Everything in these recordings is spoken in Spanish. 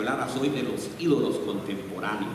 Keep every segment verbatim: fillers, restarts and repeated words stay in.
hablaras hoy de los ídolos contemporáneos.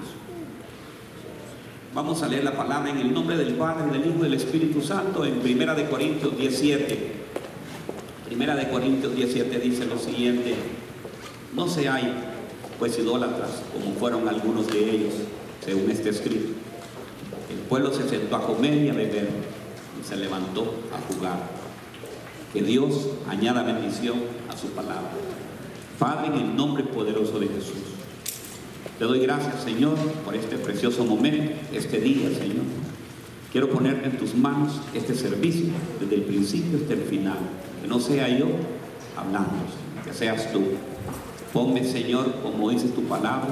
Vamos a leer la palabra en el nombre del Padre, del Hijo y del Espíritu Santo en Primera de Corintios diecisiete. Primera de Corintios diecisiete dice lo siguiente: no seáis pues idólatras como fueron algunos de ellos, según este escrito. El pueblo se sentó a comer y a beber y se levantó a jugar. Que Dios añada bendición a su palabra. Padre, en el nombre poderoso de Jesús, te doy gracias, Señor, por este precioso momento, este día, Señor. Quiero ponerte en tus manos este servicio, desde el principio hasta el final. Que no sea yo hablando, que seas tú. Ponme, Señor, como dice tu palabra,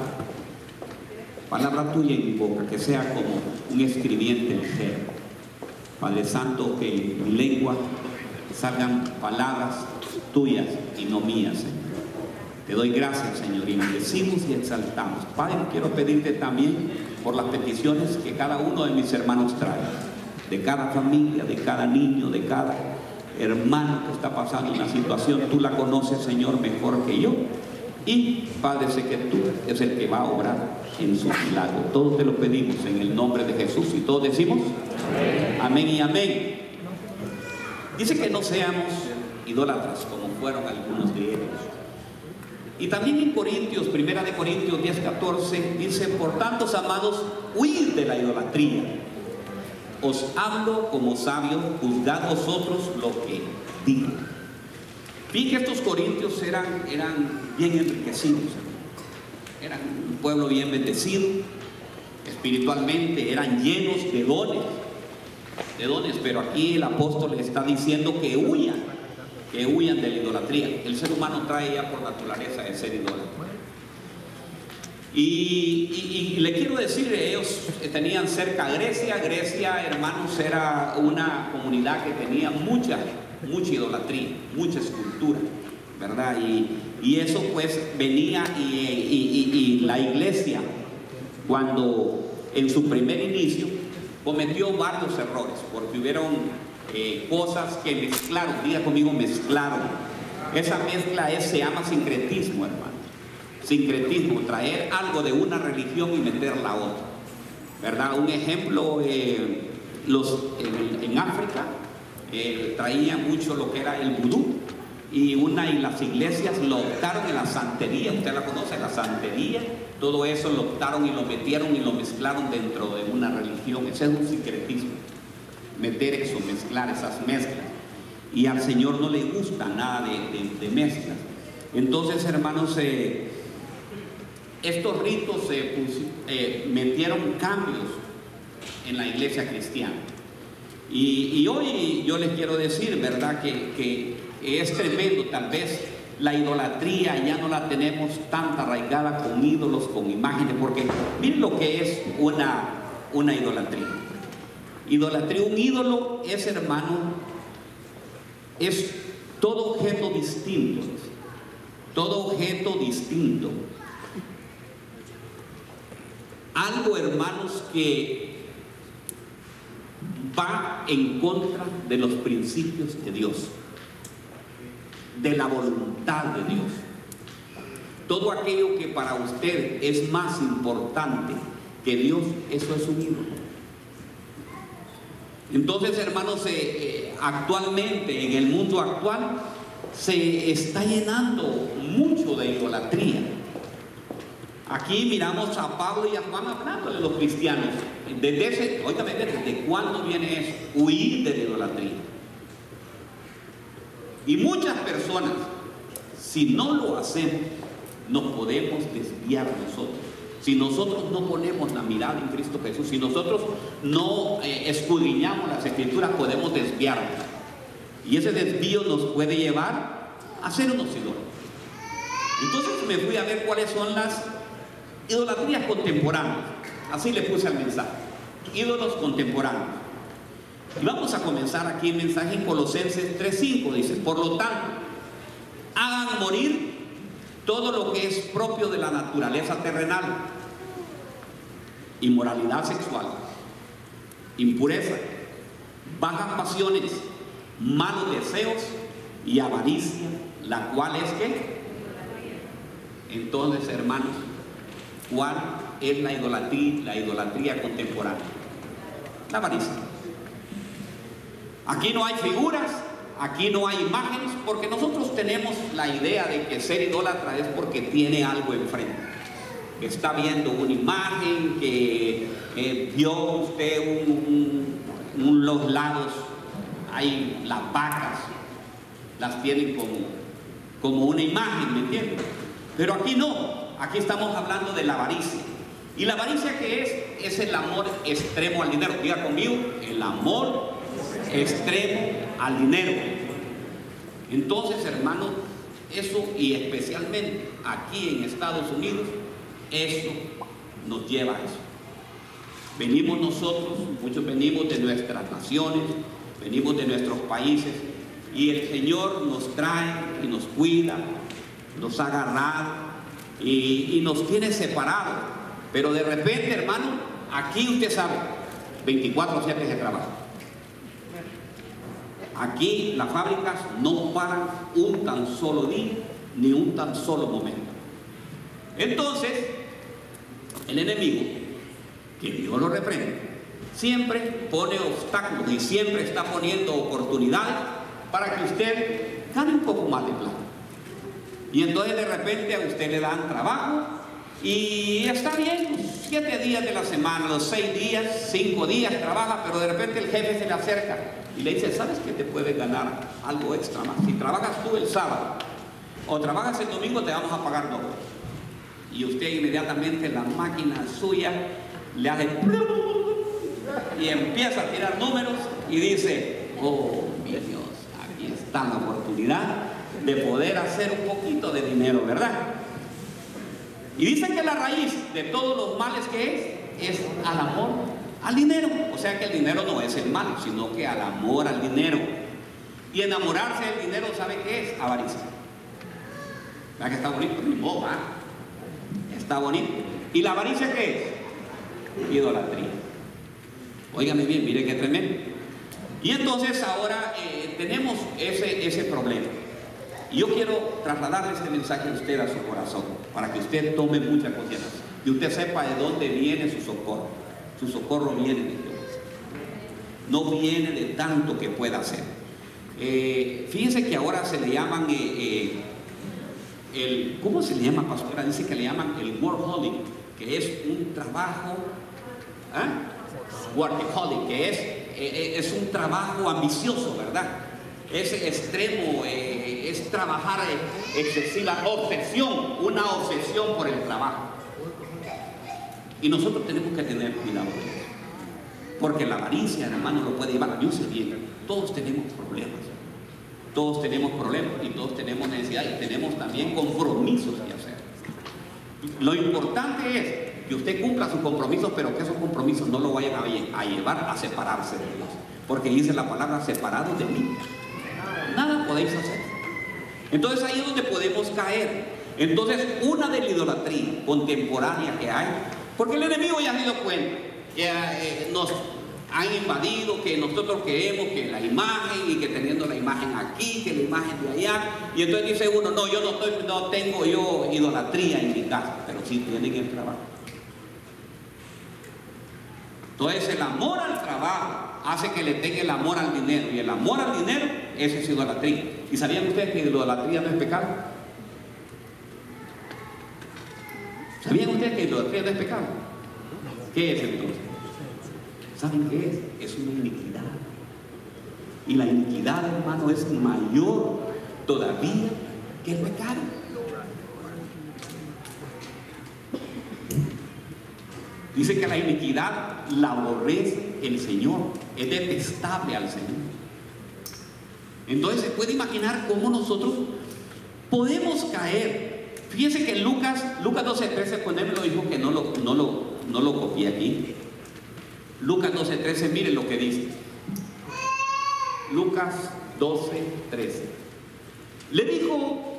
palabra tuya en mi boca, que sea como un escribiente ligero. Padre Santo, que en mi lengua salgan palabras tuyas y no mías, Señor. Te doy gracias, Señor, y bendecimos y exaltamos. Padre, quiero pedirte también por las peticiones que cada uno de mis hermanos trae, de cada familia, de cada niño, de cada hermano que está pasando una situación. Tú la conoces, Señor, mejor que yo. Y, Padre, sé que tú es el que va a obrar en su milagro. Todo te lo pedimos en el nombre de Jesús. Y todos decimos amén, amén y amén. Dice que no seamos idólatras como fueron algunos de ellos. Y también en Corintios, Primera de Corintios diez, catorce, dice: por tanto, amados, huid de la idolatría. Os hablo como sabios, juzgad vosotros lo que digo. Vi que estos corintios eran, eran bien enriquecidos, eran un pueblo bien bendecido espiritualmente, eran llenos de dones, de dones, pero aquí el apóstol les está diciendo que huyan, que huyan de la idolatría. El ser humano trae ya por naturaleza de ser idólatra. Y, y, y le quiero decir, ellos tenían cerca Grecia. Grecia, hermanos, era una comunidad que tenía mucha, mucha idolatría, mucha escultura, ¿verdad? Y, y eso pues venía y, y, y, y la iglesia, cuando en su primer inicio, cometió varios errores, porque hubieron eh, cosas que mezclaron. Diga conmigo, mezclaron. Esa mezcla es, se llama sincretismo, hermano. Sincretismo, traer algo de una religión y meter la otra, ¿verdad? Un ejemplo, eh, los, en, en África eh, traían mucho lo que era el vudú, y una y las iglesias lo optaron en la santería. Usted la conoce, la santería. Todo eso lo optaron y lo metieron y lo mezclaron dentro de una religión. Ese es un sincretismo, meter eso, mezclar esas mezclas. Y al Señor no le gusta nada de, de, de mezclas. Entonces, hermanos, eh, estos ritos eh, eh, metieron cambios en la iglesia cristiana. Y, y hoy yo les quiero decir, ¿verdad?, que, que es tremendo. Tal vez la idolatría ya no la tenemos tan arraigada con ídolos, con imágenes, porque miren lo que es una, una idolatría. Idolatría, un ídolo es, hermano, es todo objeto distinto, todo objeto distinto. Algo, hermanos, que va en contra de los principios de Dios, de la voluntad de Dios. Todo aquello que para usted es más importante que Dios, eso es un ídolo. Entonces, hermanos, eh, eh, actualmente, en el mundo actual, se está llenando mucho de idolatría. Aquí miramos a Pablo y a Juan hablando de los cristianos. Desde ese, óigame, ¿desde cuándo viene eso? Huir de la idolatría. Y muchas personas, si no lo hacemos, nos podemos desviar nosotros. Si nosotros no ponemos la mirada en Cristo Jesús, si nosotros no eh, escudriñamos las Escrituras, podemos desviarnos. Y ese desvío nos puede llevar a ser unos ídolos. Entonces me fui a ver cuáles son las idolatrías contemporáneas. Así le puse al mensaje: ídolos contemporáneos. Y vamos a comenzar aquí el mensaje en Colosenses tres cinco. Dice: por lo tanto, hagan morir todo lo que es propio de la naturaleza terrenal: inmoralidad sexual, impureza, bajas pasiones, malos deseos y avaricia, la cual es que Entonces, hermanos, ¿cuál es la idolatría, la idolatría contemporánea? La avaricia. Aquí no hay figuras, aquí no hay imágenes, porque nosotros tenemos la idea de que ser idólatra es porque tiene algo enfrente, que está viendo una imagen, que eh, vio usted un, un, un, los lados, hay las vacas, las tienen como, como una imagen, ¿me entiendes? Pero aquí no, aquí estamos hablando de la avaricia. ¿Y la avaricia qué es? Es el amor extremo al dinero. Diga conmigo, el amor extremo al dinero. Entonces, hermanos, eso, y especialmente aquí en Estados Unidos, eso nos lleva a eso. Venimos nosotros, muchos venimos de nuestras naciones, venimos de nuestros países, y el Señor nos trae y nos cuida, nos ha agarrado y, y nos tiene separados. Pero de repente, hermano, aquí usted sabe, veinticuatro siete se trabaja. Aquí las fábricas no paran un tan solo día, ni un tan solo momento. Entonces, el enemigo, que Dios lo reprende, siempre pone obstáculos y siempre está poniendo oportunidades para que usted gane un poco más de plata. Y entonces de repente a usted le dan trabajo y está bien, los siete días de la semana, los seis días, cinco días trabaja, pero de repente el jefe se le acerca y le dice, ¿sabes que te puedes ganar algo extra más? Si trabajas tú el sábado o trabajas el domingo, te vamos a pagar doble. Y usted inmediatamente la máquina suya le hace y empieza a tirar números y dice, oh mi Dios, aquí está la oportunidad de poder hacer un poquito de dinero, ¿verdad? Y dicen que la raíz de todos los males que es, es al amor al dinero. O sea que el dinero no es el mal, sino que al amor al dinero. Y enamorarse del dinero, ¿sabe qué es? Avaricia. ¿Verdad que está bonito? Ni modo, ¿eh? Está bonito. ¿Y la avaricia qué es? Idolatría. Óigame bien, mire qué tremendo. Y entonces ahora eh, tenemos ese, ese problema. Y yo quiero trasladarle este mensaje a usted a su corazón, para que usted tome mucha conciencia y usted sepa de dónde viene su socorro. Su socorro viene de Dios, no viene de tanto que pueda hacer. Eh, fíjense que ahora se le llaman, eh, eh, el, ¿cómo se le llama, pastora? Dice que le llaman el workaholic, que es un trabajo, ¿eh? workaholic, que es, eh, es un trabajo ambicioso, ¿verdad? Es extremo, eh, es trabajar eh, excesiva, obsesión, una obsesión por el trabajo. Y nosotros tenemos que tener cuidado de eso, porque la avaricia, hermano, lo puede llevar. Yo sé bien, todos tenemos problemas, todos tenemos problemas y todos tenemos necesidad y tenemos también compromisos que hacer. Lo importante es que usted cumpla sus compromisos, pero que esos compromisos no lo vayan a llevar a separarse de Dios, porque dice la palabra, separados de mí nada podéis hacer. Entonces ahí es donde podemos caer. Entonces, una de la idolatría contemporánea que hay, porque el enemigo ya se dio cuenta, ya eh, nos han invadido, que nosotros creemos que la imagen, y que teniendo la imagen aquí, que la imagen de allá, y entonces dice uno, no, yo no, estoy, no tengo yo idolatría en mi casa, pero sí tienen el trabajo. Entonces el amor al trabajo hace que le tenga el amor al dinero, y el amor al dinero, esa es idolatría. ¿Y sabían ustedes que idolatría no es pecado? ¿Sabían ustedes que idolatría no es pecado? ¿Qué es entonces? ¿Saben qué es? Es una iniquidad. Y la iniquidad, hermano, es mayor todavía que el pecado. Dice que la iniquidad la aborrece el Señor, es detestable al Señor. Entonces se puede imaginar cómo nosotros podemos caer. Fíjense que en Lucas, Lucas doce trece, cuando él me lo dijo que no lo, no lo, no lo copié aquí. Lucas doce trece, miren lo que dice. Lucas doce trece. Le dijo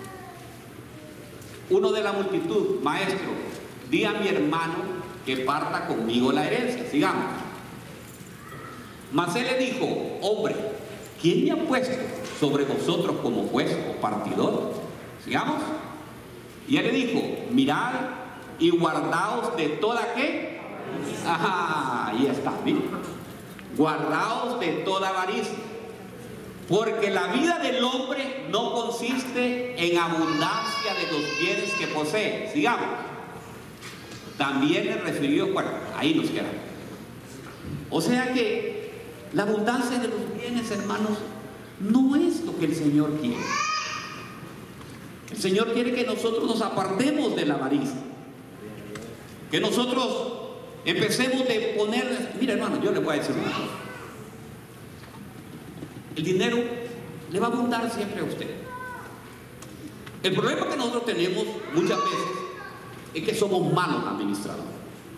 uno de la multitud, maestro, di a mi hermano que parta conmigo la herencia. Sigamos. Mas él le dijo, hombre, ¿quién me ha puesto sobre vosotros como juez o partidor? Sigamos. Y él le dijo, mirad y guardaos de toda qué. Ajá, ahí está, ¿sí? Guardaos de toda avaricia, porque la vida del hombre no consiste en abundancia de los bienes que posee. Sigamos. También le refirió, bueno, ahí nos quedamos. O sea que la abundancia de los bienes, hermanos, no es lo que el Señor quiere. El Señor quiere que nosotros nos apartemos de la avaricia, que nosotros empecemos de poner, mira hermano, yo le voy a decir una cosa. El dinero le va a abundar siempre a usted. El problema que nosotros tenemos muchas veces es que somos malos administradores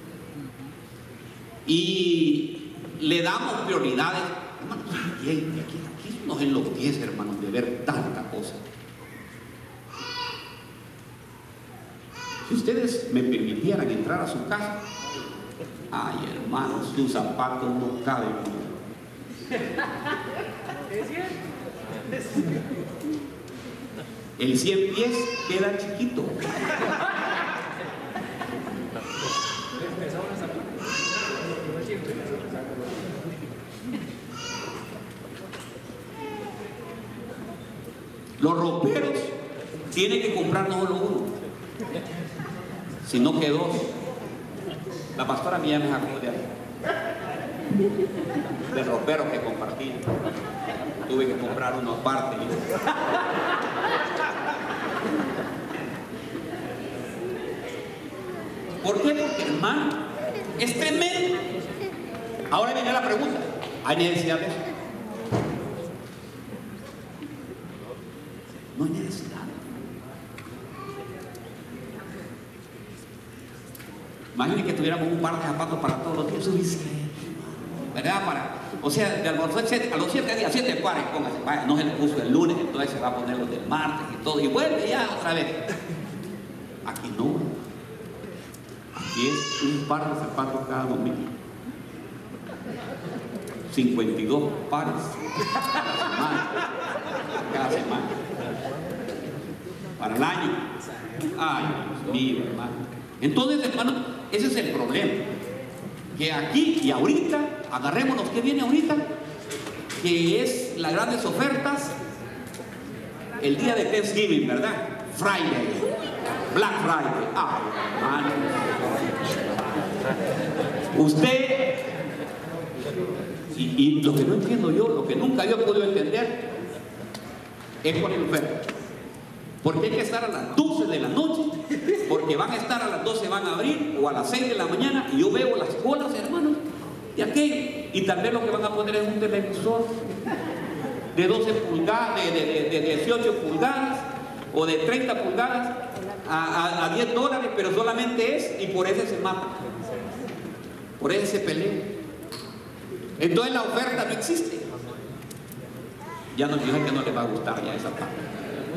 y le damos prioridades. Hermanos, aquí, aquí, aquí nos enloquece, hermanos, de ver tanta cosa. Si ustedes me permitieran entrar a su casa, ay hermanos, sus zapatos no caben. El cien pies queda chiquito. Los roperos tienen que comprar no solo uno, sino que dos. La pastora mía me sacó de ahí, del ropero que compartí. Tuve que comprar uno aparte. ¿Por qué? Porque, hermano, es tremendo. Ahora viene la pregunta: ¿hay necesidad de eso? No hay necesidad. Imaginen que tuviéramos un par de zapatos para todos los días, suficiente, ¿verdad? Para, o sea, de almorzar a los siete días, siete pares, póngase, vaya, no se le puso el lunes, entonces se va a poner los del martes y todo, y vuelve ya otra vez. Aquí no. Aquí es un par de zapatos cada domingo. cincuenta y dos pares cada semana. Cada semana. Para el año. Ay, Dios mío, hermano. Entonces, hermano, ese es el problema. Que aquí y ahorita, agarrémonos que viene ahorita, que es las grandes ofertas, el día de Thanksgiving, ¿verdad? Friday, Black Friday. Ay, hermano. Usted, y, y lo que no entiendo yo, lo que nunca yo he podido entender, es por el oferta. Porque hay que estar a las doce de la noche, porque van a estar a las doce, van a abrir, o a las seis de la mañana, y yo veo las colas, hermanos, de aquí, y tal vez lo que van a poner es un televisor de doce pulgadas, de, de, de, de dieciocho pulgadas, o de treinta pulgadas, a, a, a diez dólares, pero solamente es, y por ese se mata, por ese se pelea. Entonces la oferta no existe. Ya nos dijeron que no les va a gustar ya esa parte.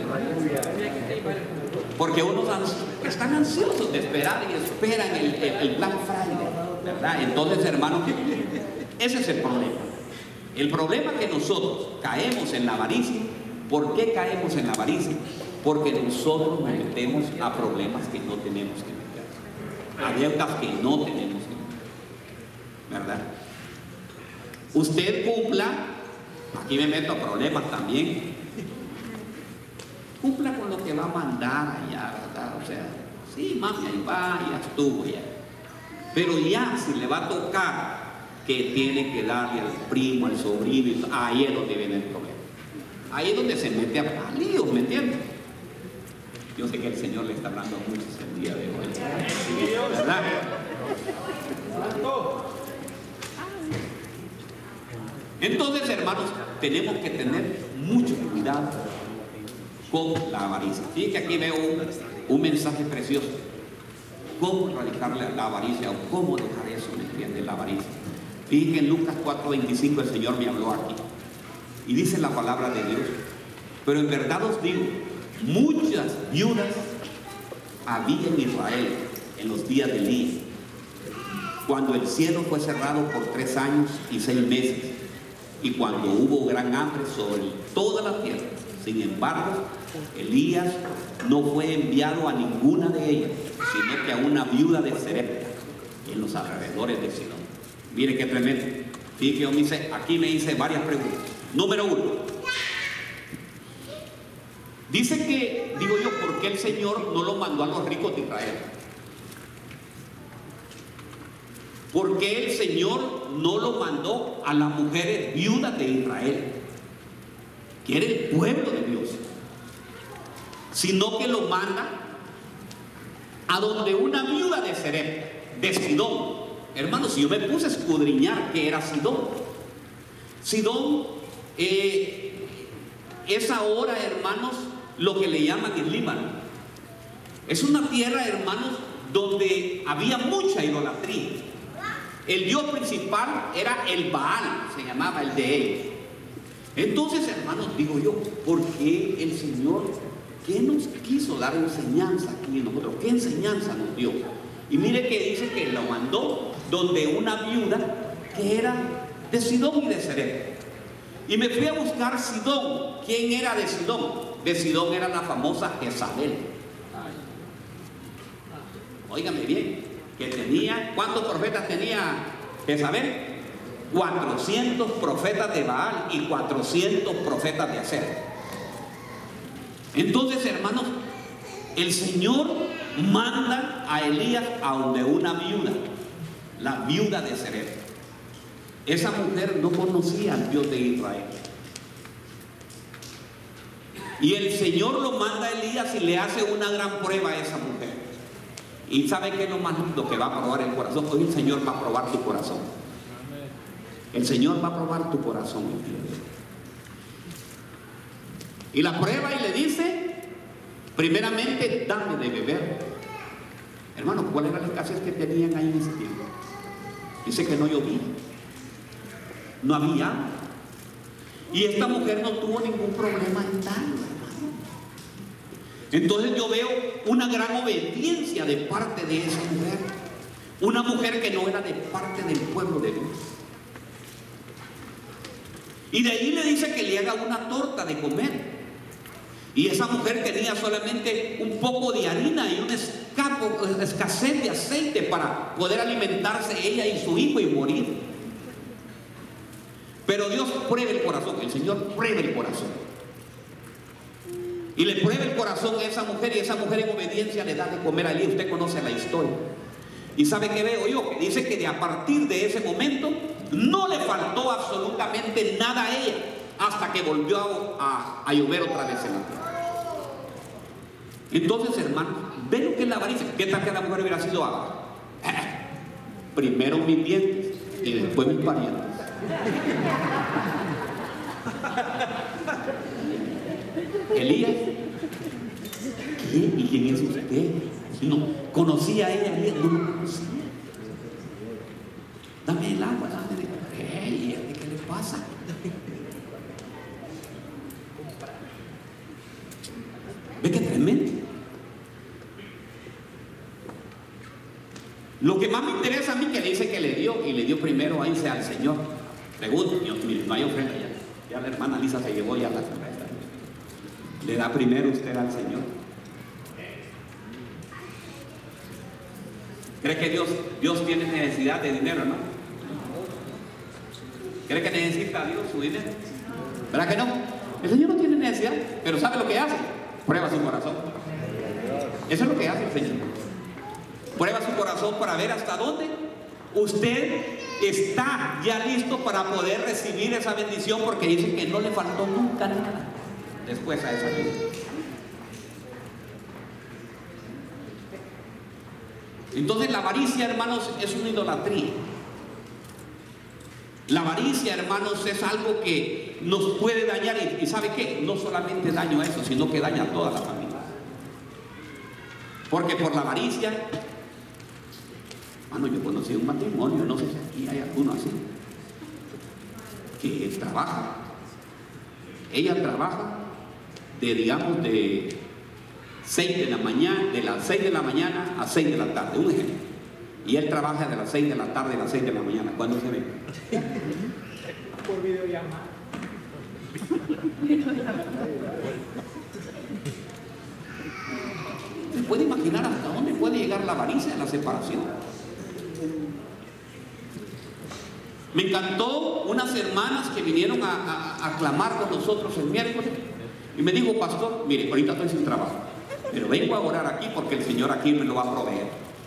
Porque unos están ansiosos de esperar y esperan el, el, el Black Friday, ¿verdad? Entonces, hermanos, ese es el problema. El problema que nosotros caemos en la avaricia. ¿Por qué caemos en la avaricia? Porque nosotros nos metemos a problemas que no tenemos que meter, a deudas que no tenemos que meter, ¿verdad? Usted cumpla, aquí me meto a problemas también. Cumpla con lo que va a mandar allá, ¿verdad? O sea, sí, mami, ahí va, ya estuvo ya. Pero ya, si le va a tocar que tiene que darle al primo, al sobrino, ahí es donde viene el problema. Ahí es donde se mete a líos, ¿me entiendes? Yo sé que el Señor le está hablando a muchos el día de hoy, ¿verdad? Entonces, hermanos, tenemos que tener mucho cuidado con la avaricia. Fíjense que aquí veo un, un mensaje precioso. ¿Cómo erradicarle la avaricia o cómo dejar eso, me entiende, la avaricia? Fíjense que en Lucas cuatro veinticinco el Señor me habló aquí. Y dice la palabra de Dios: pero en verdad os digo, muchas viudas había en Israel en los días de Elías, cuando el cielo fue cerrado por tres años y seis meses, y cuando hubo gran hambre sobre toda la tierra. Sin embargo, Elías no fue enviado a ninguna de ellas, sino que a una viuda de Sarepta, en los alrededores de Sidón. Mire qué tremendo. Fíjate, me dice, aquí me hice varias preguntas. Número uno, dice que, digo yo, ¿por qué el Señor no lo mandó a los ricos de Israel? ¿Por qué el Señor no lo mandó a las mujeres viudas de Israel, que era el pueblo de Dios? Sino que lo manda a donde una viuda de Sarepta, de Sidón. Hermanos, si yo me puse a escudriñar qué era Sidón. Sidón eh, es ahora, hermanos, lo que le llaman el Líbano. Es una tierra, hermanos, donde había mucha idolatría. El dios principal era el Baal, se llamaba el de ellos. Entonces, hermanos, digo yo, ¿por qué el Señor, qué nos quiso dar enseñanza aquí en nosotros? ¿Qué enseñanza nos dio? Y mire que dice que lo mandó donde una viuda que era de Sidón y de Sarepta. Y me fui a buscar Sidón. ¿Quién era de Sidón? De Sidón era la famosa Jezabel. Óigame bien, que tenía, ¿cuántos profetas tenía Jezabel? cuatrocientos profetas de Baal y cuatrocientos profetas de Acera. Entonces, hermanos, el Señor manda a Elías a donde una viuda, la viuda de Sarepta. Esa mujer no conocía al Dios de Israel. Y el Señor lo manda a Elías y le hace una gran prueba a esa mujer. ¿Y sabe qué es lo más lindo? Que va a probar el corazón. Hoy el Señor va a probar tu corazón. El Señor va a probar tu corazón. Y la prueba y le dice, primeramente, dame de beber. Hermano, ¿cuál era la escasez que tenían ahí en ese tiempo? Dice que no llovía, no había agua. Y esta mujer no tuvo ningún problema en darlo, hermano. Entonces yo veo una gran obediencia de parte de esa mujer. Una mujer que no era de parte del pueblo de Dios. Y de ahí le dice que le haga una torta de comer. Y esa mujer tenía solamente un poco de harina y un escapo, escasez de aceite para poder alimentarse ella y su hijo y morir. Pero Dios prueba el corazón, el Señor prueba el corazón. Y le prueba el corazón a esa mujer, y esa mujer en obediencia le da de comer a Elías. Usted conoce la historia. ¿Y sabe qué veo yo? Que dice que de a partir de ese momento no le faltó absolutamente nada a ella hasta que volvió a, a llover otra vez en la tierra. Entonces, hermanos, ven lo que es la avaricia. ¿Qué tal que la mujer hubiera sido agua? Primero mis dientes y después mis parientes. Elías, ¿qué? ¿Y quién es usted? No, conocía a ella, ella no lo conocía. Dame el agua, dame el agua. Hey, ¿qué le pasa? ¿Ve qué tremendo? Lo que más me interesa a mí que le dice que le dio, y le dio primero a irse al Señor. Pregunto, mire, no hay ofrenda ya. Ya la hermana Lisa se llevó ya la cerveza. ¿Le da primero usted al Señor? ¿Cree que Dios, Dios tiene necesidad de dinero, no? ¿Cree que necesita a Dios su dinero? ¿Verdad que no? El Señor no tiene necesidad, pero ¿sabe lo que hace? Prueba su corazón. Eso es lo que hace el Señor. Prueba su corazón para ver hasta dónde usted está ya listo para poder recibir esa bendición, porque dice que no le faltó nunca nada después a esa vida. Entonces la avaricia, hermanos, es una idolatría. La avaricia, hermanos, es algo que nos puede dañar, y, y ¿sabe qué? No solamente daño a eso, sino que daña a toda la familia. Porque por la avaricia, hermano, yo conocí un matrimonio, no sé si aquí hay alguno así, que trabaja. Ella trabaja de, digamos, de seis de la mañana, de las seis de la mañana a seis de la tarde, un ejemplo. Y él trabaja de las seis de la tarde a las seis de la mañana. ¿Cuándo se ve? Por videollamada. ¿Se puede imaginar hasta dónde puede llegar la avaricia, la separación? Me encantó unas hermanas que vinieron a, a, a clamar con nosotros el miércoles y me dijo: pastor, mire, ahorita estoy sin trabajo, pero vengo a orar aquí porque el Señor aquí me lo va a proveer.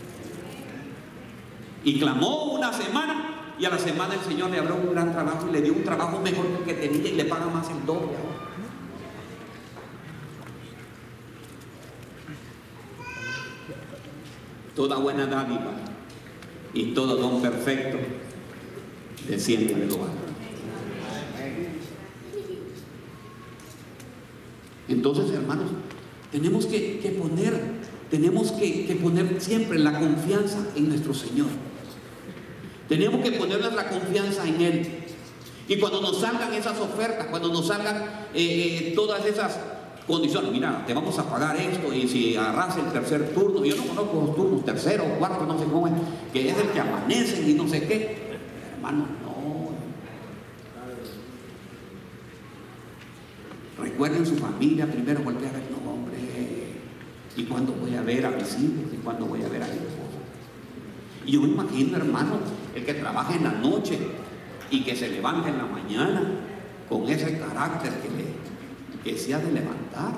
Y clamó una semana y a la semana el Señor le abrió un gran trabajo y le dio un trabajo mejor que el que tenía y le paga más el doble ahora. Toda buena dádiva y todo don perfecto desciende de lo alto. Entonces, hermanos, tenemos que, que poner, tenemos que, que poner siempre la confianza en nuestro Señor. Tenemos que poner nuestra confianza en Él. Y cuando nos salgan esas ofertas, cuando nos salgan eh, eh, todas esas condiciones, mira, te vamos a pagar esto, y si agarras el tercer turno, yo no conozco los turnos, tercero o cuarto, no sé cómo es, que es el que amanecen y no sé qué, hermano, no. Recuerden su familia, primero voltea a ver, no, hombre, ¿y cuándo voy a ver a mis hijos? ¿Y cuándo voy a ver a mi esposa? Y yo me imagino, hermano, el que trabaja en la noche y que se levanta en la mañana con ese carácter que le que se ha de levantar.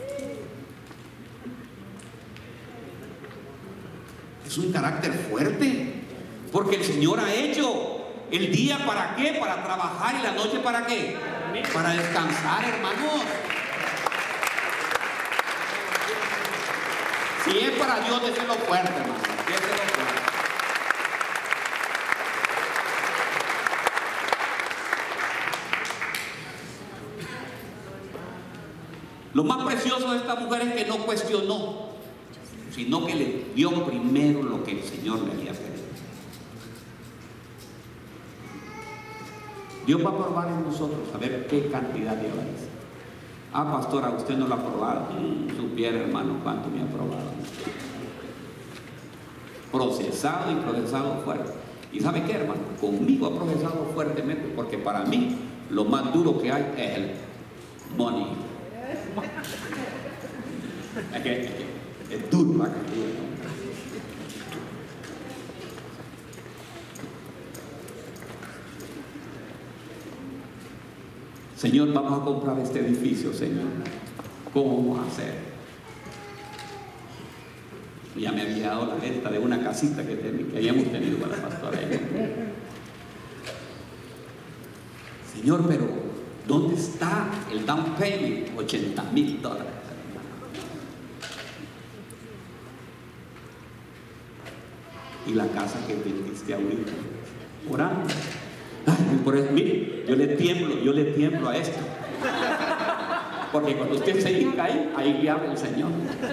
Es un carácter fuerte, porque el Señor ha hecho el día ¿para qué? Para trabajar, y la noche ¿para qué? Para descansar, hermanos. Si es para Dios, déselo fuerte, hermano, déselo fuerte. Lo más precioso de esta mujer es que no cuestionó, sino que le dio primero lo que el Señor le había pedido. Dios va a probar en nosotros a ver qué cantidad de avaricia. Ah, pastora, usted no lo ha probado. Mm, supiera, hermano, cuánto me ha probado. Procesado y procesado fuerte. ¿Y sabe qué, hermano? Conmigo ha procesado fuertemente, porque para mí lo más duro que hay es el money. Es que, es, que, es duro la cantidad. Señor, vamos a comprar este edificio, Señor. ¿Cómo vamos a hacer? Ya me había dado la venta de una casita que, ten, que habíamos tenido con la pastora. Señor, pero ¿dónde está el down payment? ochenta mil dólares. Y la casa que vendiste ahorita, orando. Ay, por eso, mire, yo le tiemblo, yo le tiemblo a esto. Porque cuando usted se hinca ahí, ahí le habla el Señor.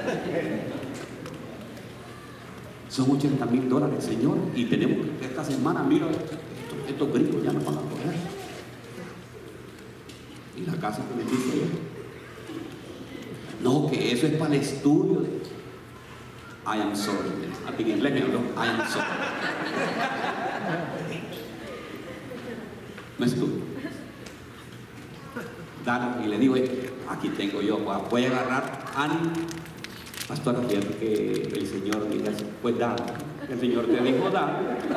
Son ochenta mil dólares, Señor. Y tenemos que esta semana, mira, estos, estos gringos ya nos van a coger. Y la casa que vendiste ayer. No, que eso es para el estudio de I am sorry. A ti en inglés me habló, I am sorry. No es tú. Dale, y le digo, aquí tengo yo, voy a agarrar ánimo. Pastora, fíjate que el Señor diga, pues dale. El Señor te dijo, dale.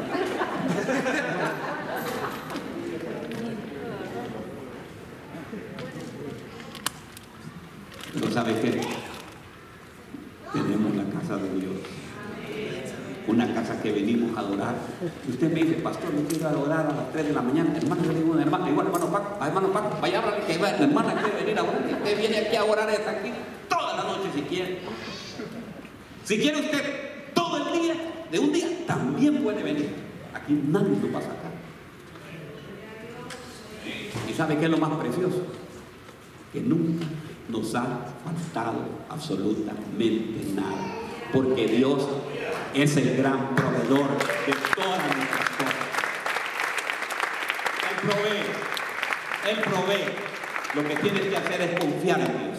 Pero ¿sabe qué? Tenemos la casa de Dios. Una casa que venimos a adorar. Y usted me dice, pastor, yo quiero adorar a las tres de la mañana. Hermano, yo le digo, hermano, igual, hermano Paco, hermano Paco, vaya a hablarle que la hermana quiere venir a orar. Usted viene aquí a orar hasta aquí toda la noche si quiere. Si quiere usted todo el día, de un día, también puede venir. Aquí nadie lo pasa acá. ¿Y sabe qué es lo más precioso? Que nunca nos ha faltado absolutamente nada. Porque Dios es el gran proveedor de todas nuestras cosas. Él provee, Él provee. Lo que tienes que hacer es confiar en Dios.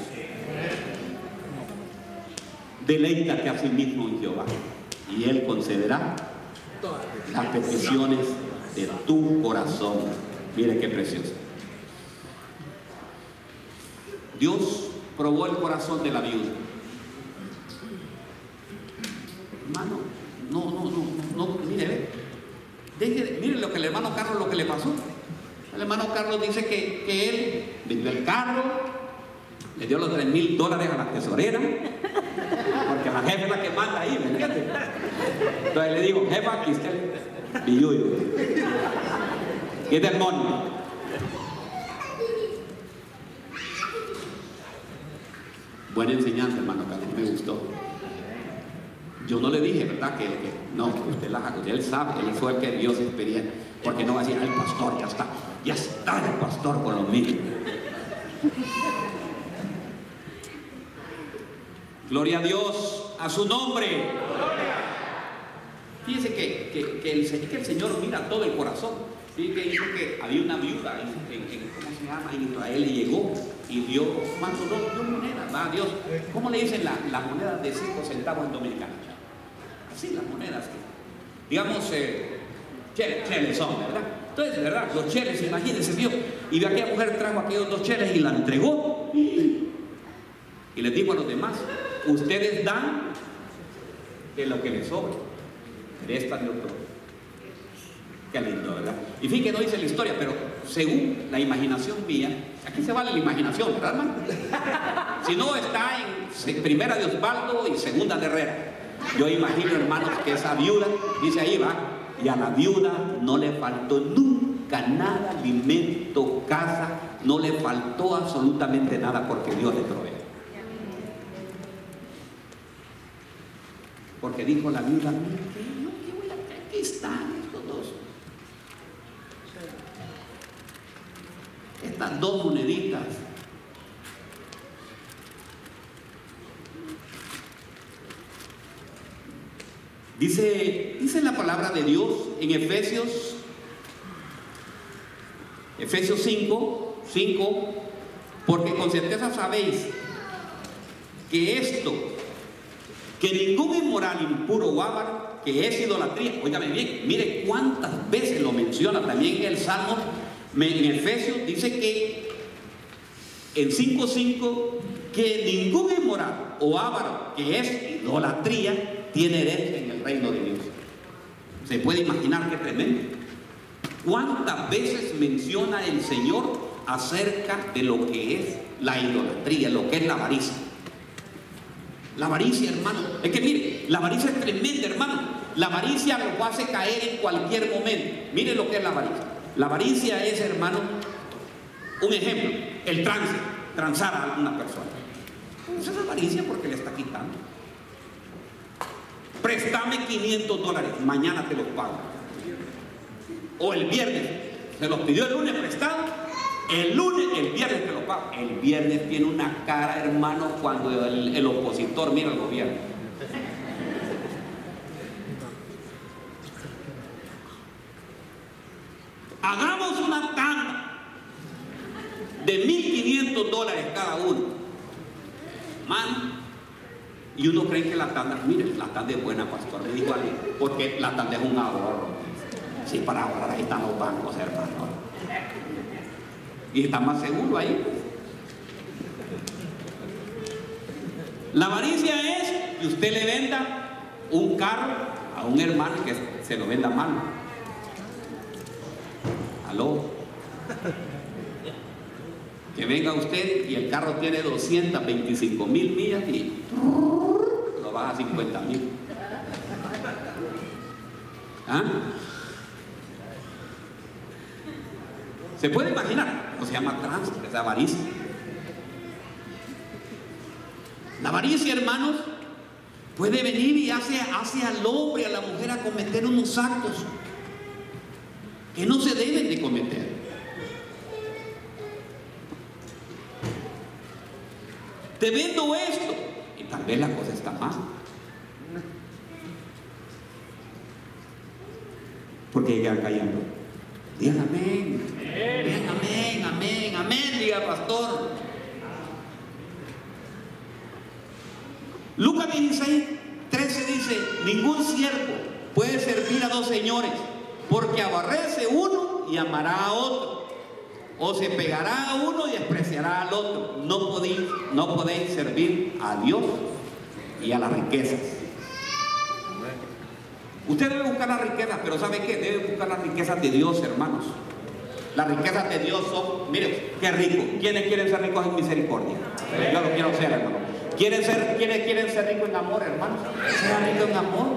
Deleítate a sí mismo en Jehová y Él concederá las peticiones de tu corazón. Mire qué precioso. Dios probó el corazón de la viuda. Hermano, no, no, no, no, mire, ve. Deje, mire lo que el hermano Carlos, lo que le pasó. El hermano Carlos dice que, que él vendió el carro, le dio los tres mil dólares a la tesorera, porque la jefa es la que manda ahí, ¿me entiendes? Entonces le digo, jefa, aquí está el billuyo, aquí está el money. Buena enseñanza, hermano Carlos, me gustó. Yo no le dije, ¿verdad? Que, que no, que usted la haga, él sabe, él fue el que dio esa experiencia. Porque no va a decir, el pastor, ya está, ya está el pastor con los míos. Gloria a Dios, a su nombre. Fíjense que, que, que, el, que el Señor mira todo el corazón. ¿Sí? Que dice que había una viuda en, en, en, ¿cómo se llama? En Israel, y llegó y dio, ¿cuánto? Dos, dos monedas, va Dios. ¿Cómo le dicen las la monedas de cinco centavos en dominicano? Así las monedas que, digamos, eh, cheles, cheles son, ¿verdad? Entonces, ¿verdad? Los cheles, imagínense, Dios. Y de aquella mujer trajo aquellos dos cheles y la entregó. Y les dijo a los demás, ustedes dan de lo que les sobra. Prestan de otro. Qué lindo, ¿verdad? Y fíjense que no dice la historia, pero según la imaginación mía, aquí se vale la imaginación, ¿verdad, hermano? Si no, está en Primera de Osvaldo y Segunda de Herrera. Yo imagino, hermanos, que esa viuda, dice ahí, va, y a la viuda no le faltó nunca nada, alimento, casa, no le faltó absolutamente nada porque Dios le provee. Porque dijo la viuda, mira, ¿qué, no, qué voy a hacer? Aquí están estos dos. Estas dos moneditas. Dice, dice la palabra de Dios en Efesios, Efesios cinco, cinco, porque con certeza sabéis que esto, que ningún inmoral, impuro o avaro, que es idolatría, óigame bien, mire cuántas veces lo menciona también el Salmo, en Efesios dice que en cinco cinco, que ningún inmoral o avaro, que es idolatría, tiene herencia en el reino de Dios. Se puede imaginar qué tremendo. ¿Cuántas veces menciona el Señor acerca de lo que es la idolatría, lo que es la avaricia? La avaricia, hermano, es que mire, la avaricia es tremenda, hermano. La avaricia lo hace caer en cualquier momento. Mire lo que es la avaricia. La avaricia es, hermano, un ejemplo, el trance, transar a una persona. Esa es avaricia porque le está quitando. Préstame quinientos dólares, mañana te los pago. O el viernes, se los pidió el lunes prestado, el lunes, el viernes te los pago. El viernes tiene una cara, hermano, cuando el, el opositor mira al gobierno. Hagamos una tanda de mil quinientos dólares cada uno. Man, y uno cree que la tanda, mire, la tanda es buena, pastor, me dijo alguien, porque la tanda es un ahorro. Sí, para ahorrar ahí están los bancos, hermano. Y está más seguro ahí. La avaricia es que usted le venda un carro a un hermano que se lo venda mal. Aló. Que venga usted y el carro tiene doscientas veinticinco mil millas y lo baja a cincuenta mil. ¿Ah? ¿Se puede imaginar? No se llama tránsito, es avaricia. La avaricia, hermanos, puede venir y hace, hace al hombre, a la mujer, a cometer unos actos que no se deben de cometer. Te vendo esto y tal vez la cosa está mal, porque llegan callando. Digan amén, digan amén, amén, amén, diga pastor. Lucas dieciséis, trece dice, ningún siervo puede servir a dos señores, porque aborrece uno y amará a otro, o se pegará a uno y despreciará al otro. No podéis, no podéis servir a Dios y a las riquezas. Usted debe buscar las riquezas, pero ¿sabe qué? Debe buscar las riquezas de Dios, hermanos. Las riquezas de Dios son, mire, qué rico. ¿Quiénes quieren ser ricos en misericordia? Yo lo quiero ser, hermano. ¿Quieren ser, ¿quiénes quieren ser ricos en amor, hermanos? Sea rico en amor.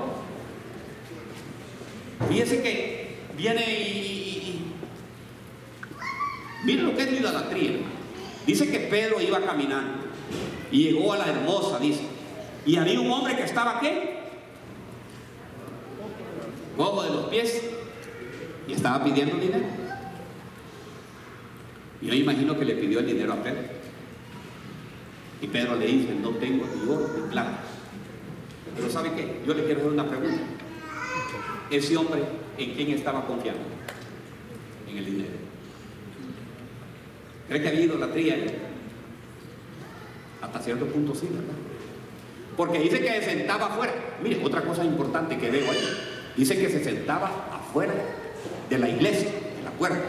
Fíjese que viene y, y, y miren lo que es la idolatría. Dice que Pedro iba caminando y llegó a la hermosa, dice, y había un hombre que estaba, ¿qué? Cojo de los pies, y estaba pidiendo dinero. Yo imagino que le pidió el dinero a Pedro, y Pedro le dice: no tengo ni oro ni plata. Pero ¿sabe qué? Yo le quiero hacer una pregunta. Ese hombre, ¿en quién estaba confiando? En el dinero. ¿Cree que había idolatría ahí? Hasta cierto punto sí, ¿verdad? Porque dice que se sentaba afuera. Mire, otra cosa importante que veo ahí. Dice que se sentaba afuera de la iglesia, en la puerta,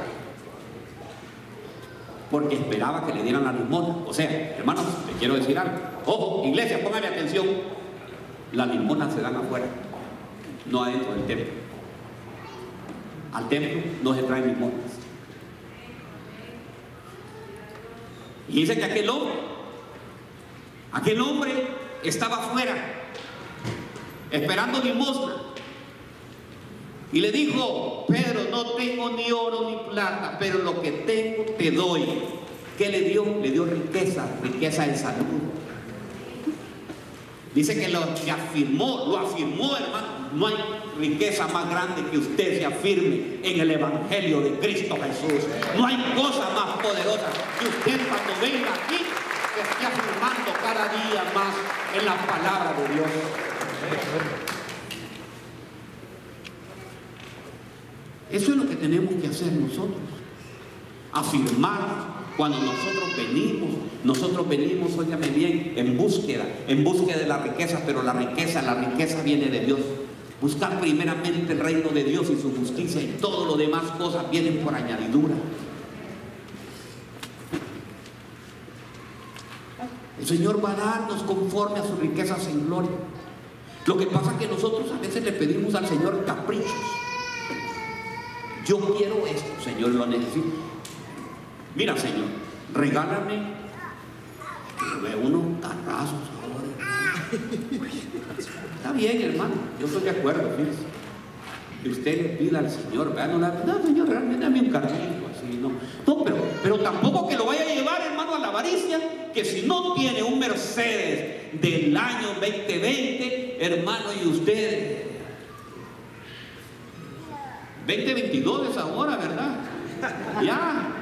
porque esperaba que le dieran la limosna. O sea, hermanos, les quiero decir algo. Ojo, iglesia, póngame atención. Las limosnas se dan afuera, no adentro del templo. Al templo no se traen limosnas. Y dice que aquel hombre, aquel hombre estaba afuera, esperando limosna. Y le dijo: Pedro, no tengo ni oro ni plata, pero lo que tengo te doy. ¿Qué le dio? Le dio riqueza, riqueza en salud. Dice que lo que afirmó, lo afirmó, hermano. No hay riqueza más grande que usted se afirme en el Evangelio de Cristo Jesús. No hay cosa más poderosa que usted, cuando venga aquí, que esté afirmando cada día más en la palabra de Dios. Eso es lo que tenemos que hacer nosotros. Afirmar. Cuando nosotros venimos, nosotros venimos, óigame bien, en búsqueda, en búsqueda de la riqueza, pero la riqueza, la riqueza viene de Dios. Buscar primeramente el reino de Dios y su justicia, y todo lo demás cosas vienen por añadidura. El Señor va a darnos conforme a sus riquezas en gloria. Lo que pasa es que nosotros a veces le pedimos al Señor caprichos. Yo quiero esto, Señor, lo necesito. Mira, Señor, regálame, que veo unos carrazos ahora. Está bien, hermano, yo estoy de acuerdo, fíjese. Que usted le pida al Señor, ¿verdad? No, la, no, Señor, realmente dame un carrito, así, no. No, pero, pero tampoco que lo vaya a llevar, hermano, a la avaricia, que si no tiene un Mercedes del año veinte veinte, hermano, y usted, veinte veintidós es ahora, ¿verdad? Ya.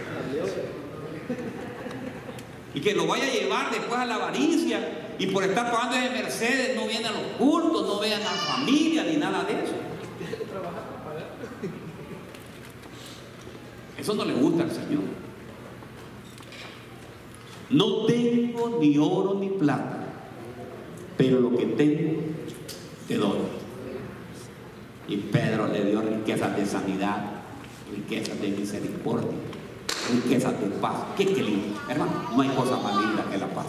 Y que lo vaya a llevar después a la avaricia, y por estar pagando ese Mercedes no viene a los cultos, no vean a la familia ni nada de eso. Eso no le gusta al Señor. No tengo ni oro ni plata, pero lo que tengo te doy. Y Pedro le dio riquezas de sanidad, riquezas de misericordia, riquezas de paz. ¿Qué, qué lindo? Hermano, no hay cosa más linda que la paz.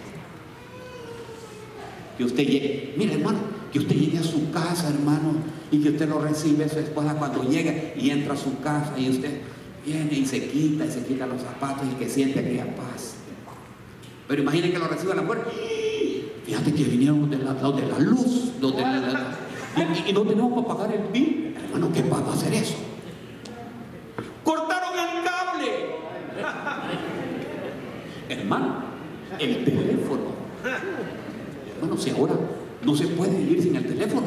Que usted llegue, mire, hermano, que usted llegue a su casa, hermano, y que usted lo recibe a su esposa cuando llega y entra a su casa, y usted viene y se quita y se quita los zapatos y que siente aquella paz. Pero imaginen que lo reciba a la puerta. Fíjate que vinieron de la, de la luz, los de la, la, y, y no tenemos para pagar el bill. Hermano, ¿qué va a hacer eso? ¡Cortaron el cable! Hermano, el teléfono. Hermano, si ahora no se puede vivir sin el teléfono.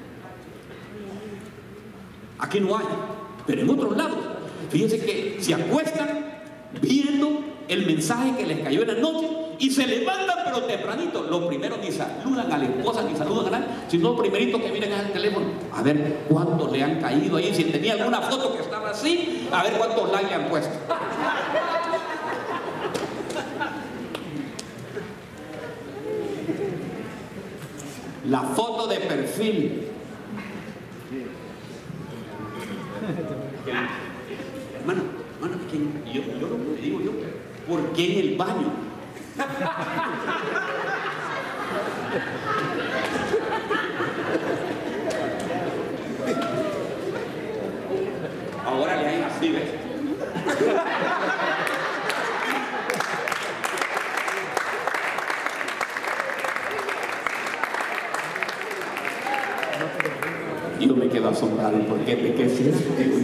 Aquí no hay, pero en otros lados. Fíjense que se acuestan viendo el mensaje que les cayó en la noche y se levantan pero tempranito. Lo primero, ni saludan a la esposa ni saludan a nadie, sino lo primerito que miran es el teléfono, a ver cuántos le han caído ahí. Si tenía alguna foto que estaba así, a ver cuántos likes le han puesto. La foto de perfil. Hermano, hermano, yo, ¿Por qué en el baño? Ahora le hay así, ¿ves? Yo me quedo asombrado. ¿Por qué? ¿De qué es eso?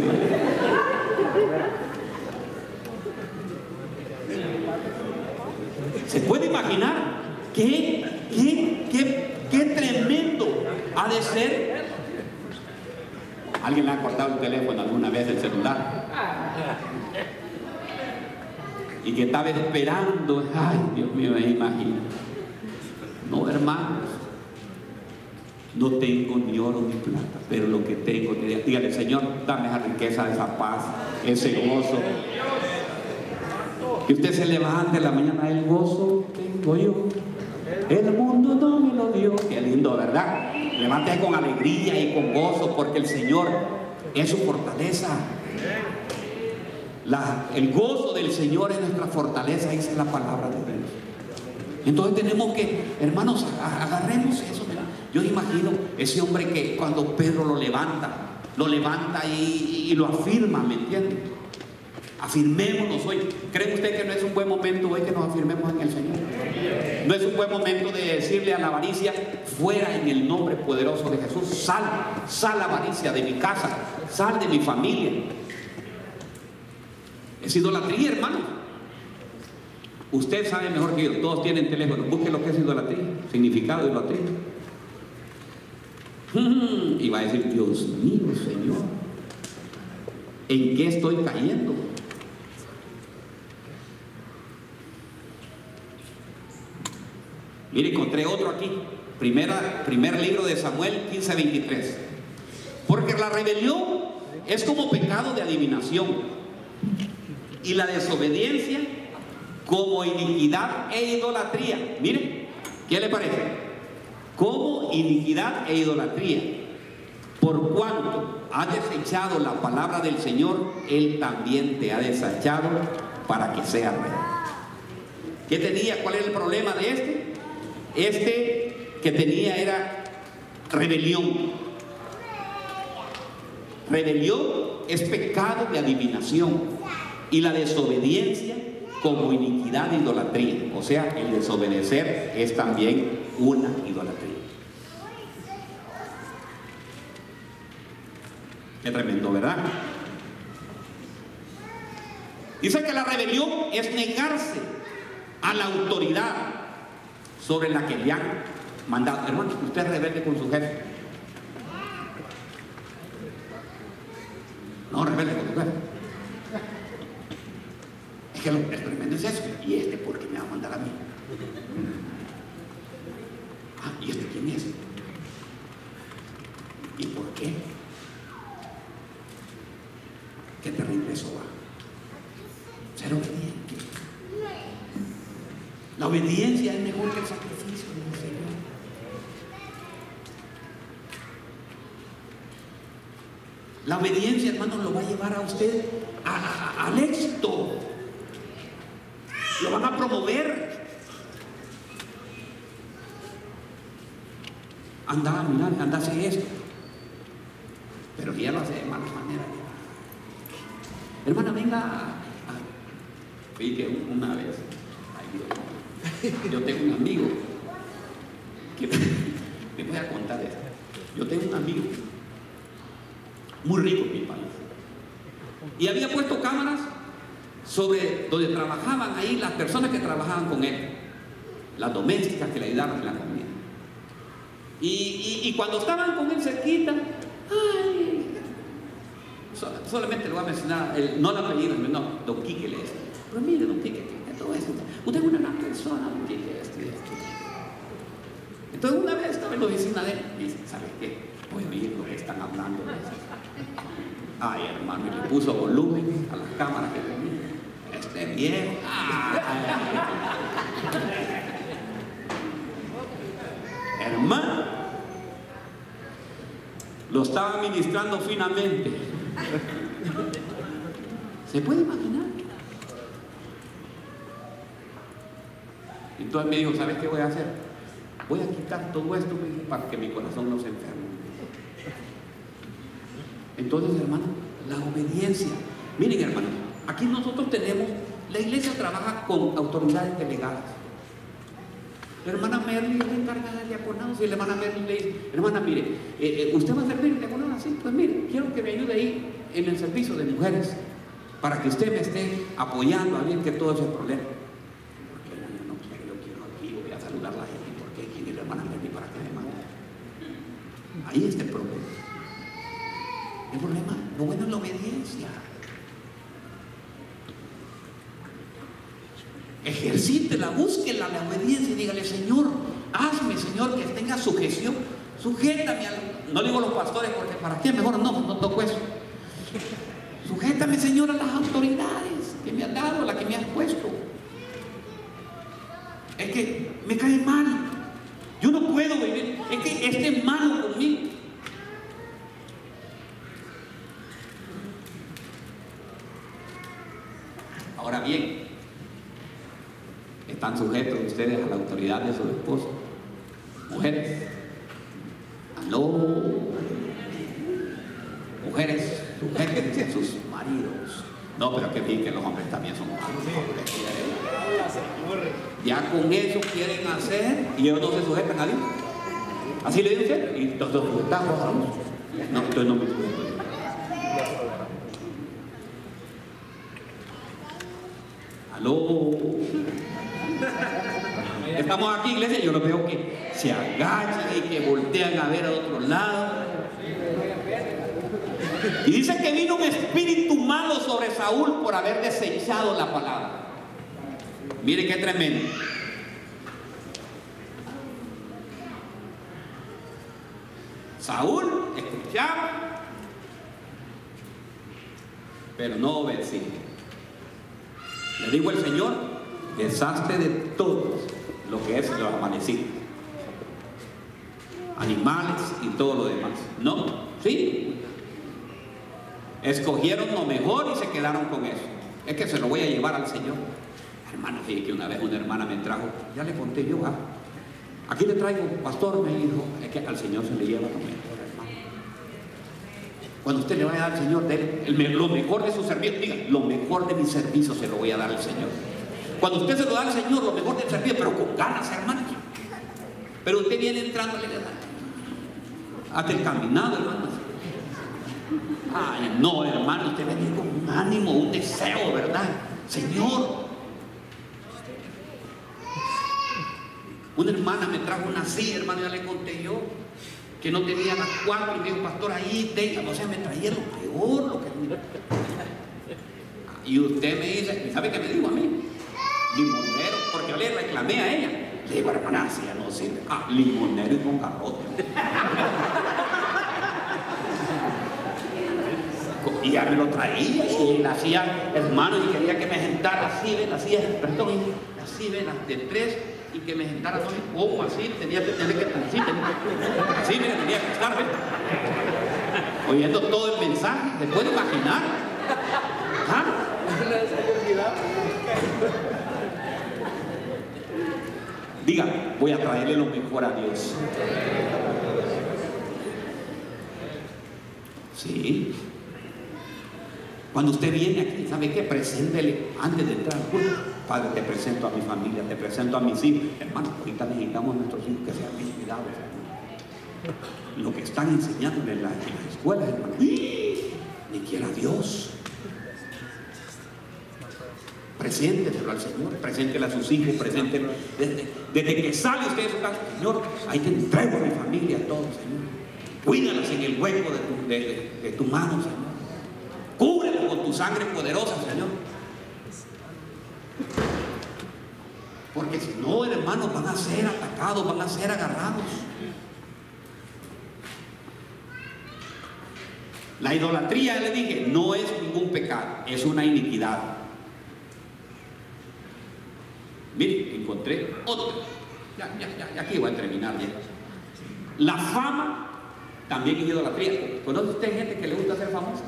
¿Se puede imaginar qué, qué, qué, qué tremendo ha de ser? ¿Alguien le ha cortado el teléfono alguna vez, el celular? Y que estaba esperando. Ay, Dios mío, me imagino. No, hermanos. No tengo ni oro ni plata, pero lo que tengo, dígale, Señor, dame esa riqueza, esa paz, ese gozo. Que usted se levante en la mañana, el gozo tengo yo, el mundo no me lo dio. Qué lindo, ¿verdad? Levántese con alegría y con gozo, porque el Señor es su fortaleza. La, el gozo del Señor es nuestra fortaleza, esa es la palabra de Dios. Entonces tenemos que, hermanos, agarremos eso. Yo imagino ese hombre que cuando Pedro lo levanta, lo levanta y, y lo afirma, ¿me entiende? Afirmémonos hoy. ¿Cree usted que no es un buen momento hoy que nos afirmemos en el Señor? No es un buen momento de decirle a la avaricia, fuera en el nombre poderoso de Jesús. Sal, sal avaricia de mi casa, sal de mi familia. Es idolatría, hermano. Usted sabe mejor que yo, todos tienen teléfono. Busque lo que es idolatría, significado de idolatría. Y va a decir, Dios mío, Señor, ¿en qué estoy cayendo? Mire, encontré otro aquí. Primera, primer libro de Samuel quince veintitrés. Porque la rebelión es como pecado de adivinación, y la desobediencia como iniquidad e idolatría. Mire, ¿qué le parece? Como iniquidad e idolatría. Por cuanto has desechado la palabra del Señor, Él también te ha desechado para que seas rey. ¿Qué tenía? ¿Cuál era el problema de este? Este que tenía era rebelión. Rebelión es pecado de adivinación, y la desobediencia como iniquidad e idolatría. O sea, el desobedecer es también una idolatría. Qué tremendo, ¿verdad? Dice que la rebelión es negarse a la autoridad sobre la que le han mandado. Hermano, usted es rebelde con su jefe. No, rebelde con su jefe. Es que lo que es tremendo es eso. ¿Y este por qué me va a mandar a mí? Ah, ¿y este quién es? ¿Y por qué? Qué terrible eso va. Ser obediente. La obediencia es mejor que el sacrificio del Señor. La obediencia, hermano, lo va a llevar a usted a, a, al éxito. Lo van a promover. Anda, mira, anda a hacer esto. Pero ya lo hace de malas maneras. Hermana, venga a, a... Fui que una vez, ay, Dios, yo tengo un amigo que me voy a contar esto. Yo tengo un amigo muy rico en mi país, y había puesto cámaras sobre donde trabajaban ahí las personas que trabajaban con él, las domésticas que le ayudaban en la comida. Y, y, y cuando estaban con él cerquita, ay, sol, solamente le voy a mencionar, el, no el apellido, no, don Quique le dice, pero mire, don Quique, todo eso, usted es una gran persona, don Quique, esto y esto. Entonces una vez estaba en la oficina de él y dice, ¿sabes qué? Voy a oír lo que están hablando. Ay, hermano, y le puso volumen a las cámaras que tenía. Este viejo. Hermano, lo estaba administrando finamente. ¿Se puede imaginar? Entonces me dijo, ¿sabes qué voy a hacer? Voy a quitar todo esto para que mi corazón no se enferme. Entonces, hermano, la obediencia. Miren, hermano, aquí nosotros tenemos, la iglesia trabaja con autoridades delegadas. La hermana Merly es la encargada del diaconado. Si la hermana Merly le dice, hermana, mire, eh, eh, ¿usted va a servir el diaconado así? Pues mire, quiero que me ayude ahí en el servicio de mujeres para que usted me esté apoyando a ver que todo ese problema. Porque yo no quiero, yo quiero aquí, voy a saludar a la gente. ¿Por qué? ¿Quién es la hermana Merly para que me mande? Ahí está el problema. El problema, lo bueno es la obediencia. Ejercítela, búsquela la obediencia y dígale, Señor, hazme, Señor, que tenga sujeción, sujétame al... No digo los pastores porque para qué, mejor no, no toco eso. Sujétame, Señor, a las autoridades que me has dado, a las que me has puesto. Es que me cae mal, yo no puedo vivir, es que esté malo conmigo. Ahora bien, están sujetos ustedes a la autoridad de su esposo. Mujeres, aló, mujeres, sujétense a sus maridos. No, pero que bien que los hombres también son malos. Ya con eso quieren hacer y ellos no se sujetan a Dios. Así le dicen, y los dos sujetamos a Dios. No, entonces no me sujeto. Aló. Estamos aquí, iglesia, yo los veo que se agachan y que voltean a ver a otro lado. Y dice que vino un espíritu malo sobre Saúl por haber desechado la palabra. Mire qué tremendo. Saúl escuchaba, pero no obedecía. Le dijo el Señor, deshazte de todo lo que es los amanecidos, animales y todo lo demás. No, sí. Escogieron lo mejor y se quedaron con eso. Es que se lo voy a llevar al Señor. Hermano, fíjate que una vez una hermana me trajo, ya le conté yo, ¿ah? Aquí le traigo, pastor, me dijo, es que al Señor se le lleva lo mejor, hermano. Cuando usted le vaya a dar al Señor, de él, lo mejor de su servicio, diga, lo mejor de mi servicio se lo voy a dar al Señor. Cuando usted se lo da al Señor, lo mejor del servicio, pero con ganas, hermano. Pero usted viene entrando, le da hasta el caminado, hermano. Ay, no, hermano, usted viene con un ánimo, un deseo, ¿verdad? Señor. Una hermana me trajo una silla, hermano, ya le conté yo, que no tenía las cuatro, y me dijo, pastor, ahí tenga, o sea, me traía lo peor, lo que... Y usted me dice, ¿sabe qué me dijo a mí? Limonero, porque yo le reclamé a ella. Le digo, hermana, así ya no sirve. Ah, limonero y con garrote. Y ya me lo traía, y la hacía, hermano, y quería que me sentara así, ven, así, perdón, así, ven, de tres, y que me sentara, no sé cómo, así, tenía que tener que, así, tenía que, así, mira, tenía que estar, ven, oyendo todo el mensaje, ¿se puede imaginar? ¿Ah? Diga, voy a traerle lo mejor a Dios. Sí. Cuando usted viene aquí, ¿sabe qué? Preséntele antes de entrar al culto. Padre, te presento a mi familia, te presento a mis hijos. Hermano, ahorita necesitamos a nuestros hijos que sean bien cuidados, hermano. Lo que están enseñando en, la, en las escuelas, hermano. Ni quiera Dios. Presénteselo al Señor, preséntele a sus hijos, preséntele. Desde, desde que sale usted de su casa, Señor, ahí te entrego a mi familia, a todos, Señor. Cuídalas en el hueco de tu, de, de, de tu mano, Señor. Cúbrelas con tu sangre poderosa, Señor. Porque si no, hermanos, van a ser atacados, van a ser agarrados. La idolatría, le dije, no es ningún pecado, es una iniquidad. Mire, encontré otra. Ya, ya, ya, ya aquí voy a terminar ya. La fama también es idolatría. ¿Conoce usted gente que le gusta ser famosa?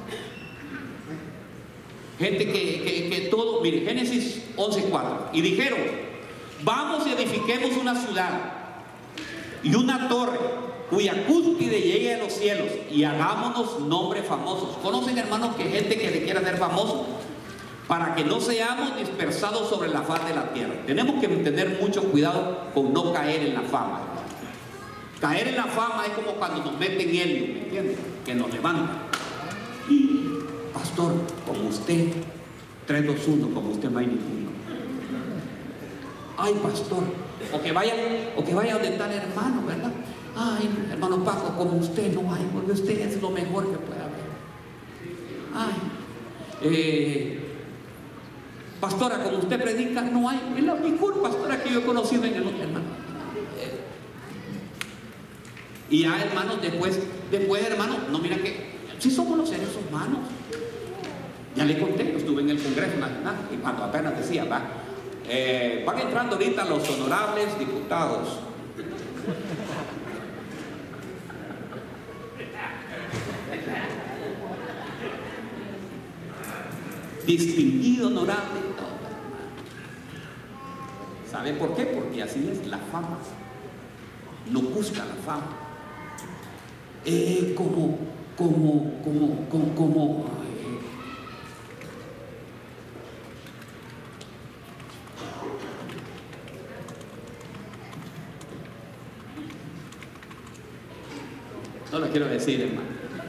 Gente que, que, que todo, mire, Génesis once cuatro. Y dijeron, vamos y edifiquemos una ciudad y una torre cuya cúspide llegue a los cielos y hagámonos nombres famosos. ¿Conocen, hermanos, que gente que le quiera hacer famoso? Para que no seamos dispersados sobre la faz de la tierra. Tenemos que tener mucho cuidado con no caer en la fama. Caer en la fama es como cuando nos meten helio, ¿me entiendes? Que nos levantan. Y, pastor, como usted, tres, dos, uno, como usted no hay ninguno. Ay, pastor, o que vaya, o que vaya donde está el hermano, ¿verdad? Ay, hermano Paco, como usted no hay, porque usted es lo mejor que puede haber. Ay, eh, pastora, como usted predica, no hay, es la mejor pastora que yo he conocido en el otro, hermano. Eh, y ya, hermanos, después, después, hermanos, no, mira que si somos los seres humanos. Ya le conté, estuve en el Congreso Nacional y cuando apenas decía, va, eh, van entrando ahorita los honorables diputados. Distinguido, honorable y todo. ¿Sabe por qué? Porque así es la fama. No busca la fama. Eh, como, como, como, como, como eh, no lo quiero decir, hermano.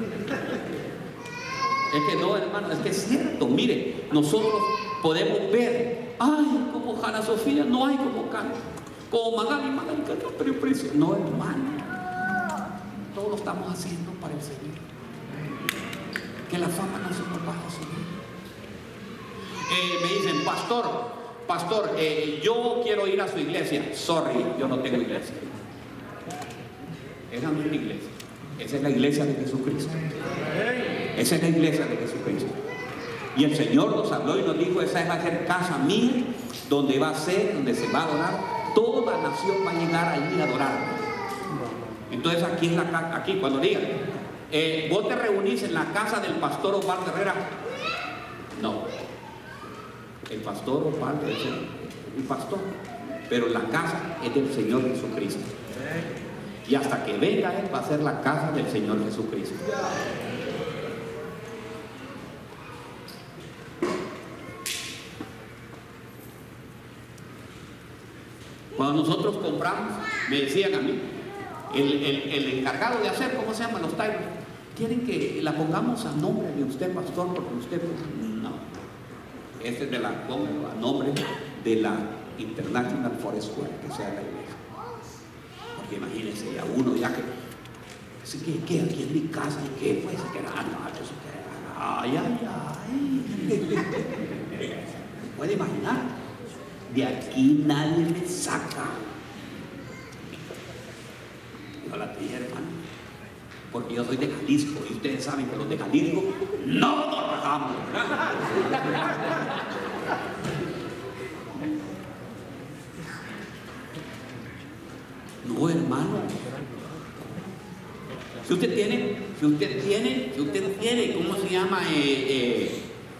Es que no, hermano, es que es cierto. Mire, nosotros podemos ver, ay, como Hanna Sofía, no hay como canta. Como Magali, Magali canta, pero precio. No, hermano. Todo lo estamos haciendo para el Señor. Que la fama no se nos vaya a subir. Eh, me dicen, pastor, pastor, eh, yo quiero ir a su iglesia. Sorry, yo no tengo iglesia. Esa no es mi iglesia. Esa es la iglesia de Jesucristo. Esa es la iglesia de Jesucristo. Y el Señor nos habló y nos dijo, esa va a ser casa mía, donde va a ser, donde se va a adorar. Toda nación va a llegar allí a adorar. Entonces aquí es la casa, aquí cuando digan, eh, vos te reunís en la casa del pastor Osvaldo Herrera. No. El pastor Osvaldo es el, el pastor. Pero la casa es del Señor Jesucristo. Y hasta que venga Él va a ser la casa del Señor Jesucristo. Cuando nosotros compramos, me decían a mí, el, el, el encargado de hacer, ¿cómo se llaman los tallos? ¿Quieren que la pongamos a nombre de usted, pastor? Porque usted, no. Este es de la, pongo a nombre de la International Forest Square, que sea la iglesia. Porque imagínense, a uno ya que, así que, que aquí en mi casa, ¿y qué? Pues, que era, no, eso que era, ay, ay, ay. ¿Se puede imaginar? De aquí nadie me saca. Yo la pedí, hermano, porque yo soy de Jalisco y ustedes saben que los de Jalisco no nos bajamos. No, hermano. Si usted tiene, si usted tiene, si usted tiene, ¿cómo se llama? Eh, eh,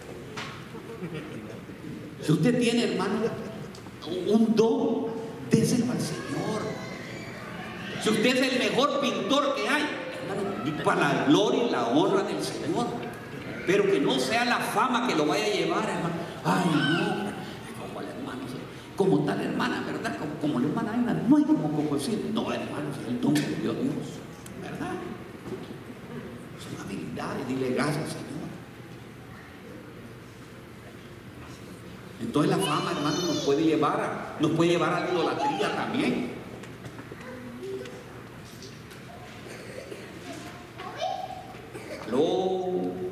si usted tiene, hermano, un don, déselo al Señor. Si usted es el mejor pintor que hay, hermano, para la gloria y la honra del Señor. Pero que no sea la fama que lo vaya a llevar, hermano. Ay, no, como la hermana, como tal hermana, ¿verdad? Como, como la hermana Ana, no hay como, como decir, no, hermano, es el don que dio Dios, ¿verdad? Son habilidades, dile gracias, Señor. Entonces la fama, hermano, nos puede llevar a, nos puede llevar a la idolatría también. Aló.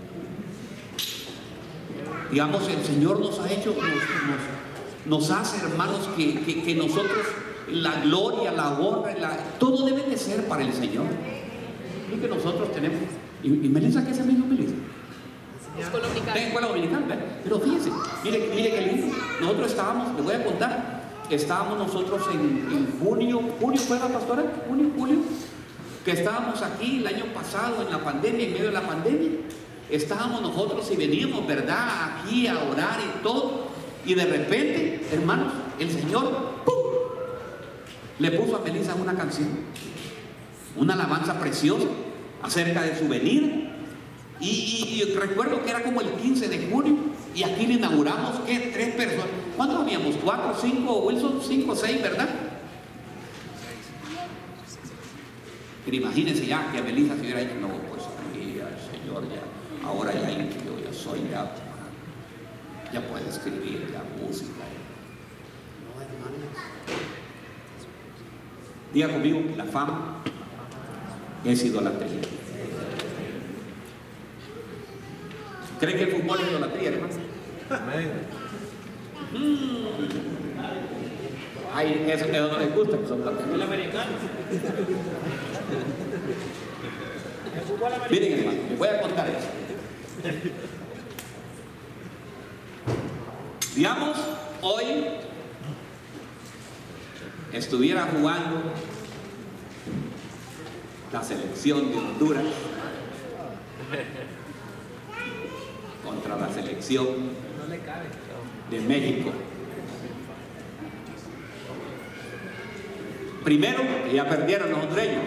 Digamos, el Señor nos ha hecho, nos, nos, nos hace, hermanos, que, que, que nosotros, la gloria, la honra, la, todo debe de ser para el Señor. Y que nosotros tenemos. ¿Y, y Melissa qué es el mismo Melissa? Escuela Dominical. En escuela dominical, pero fíjense, mire, mire qué lindo. Nosotros estábamos, les voy a contar, estábamos nosotros en, en junio, junio fue la pastora, junio, julio, que estábamos aquí el año pasado en la pandemia, en medio de la pandemia, estábamos nosotros y veníamos, ¿verdad?, aquí a orar y todo, y de repente, hermanos, el Señor, ¡pum!, le puso a Melissa una canción, una alabanza preciosa acerca de su venida. Y, y, y recuerdo que era como el quince de junio y aquí le inauguramos, ¿qué? Tres personas. ¿Cuántos habíamos? ¿Cuatro, cinco, Wilson? ¿Cinco, seis, verdad? Pero imagínense ya que Melissa se hubiera dicho, no, pues aquí ya el Señor ya, ahora ya yo ya soy, ya, ya puedo escribir, ya música. No, hermanos. Diga conmigo, la fama es idolatría. ¿Creen que el fútbol es idolatría, hermano? Amén. Mm. Ay, eso que no les gusta, que son plateados. El americano. Miren, hermano, les voy a contar eso. Digamos, hoy estuviera jugando la selección de Honduras contra la selección de México. Primero, que ya perdieron los hondureños.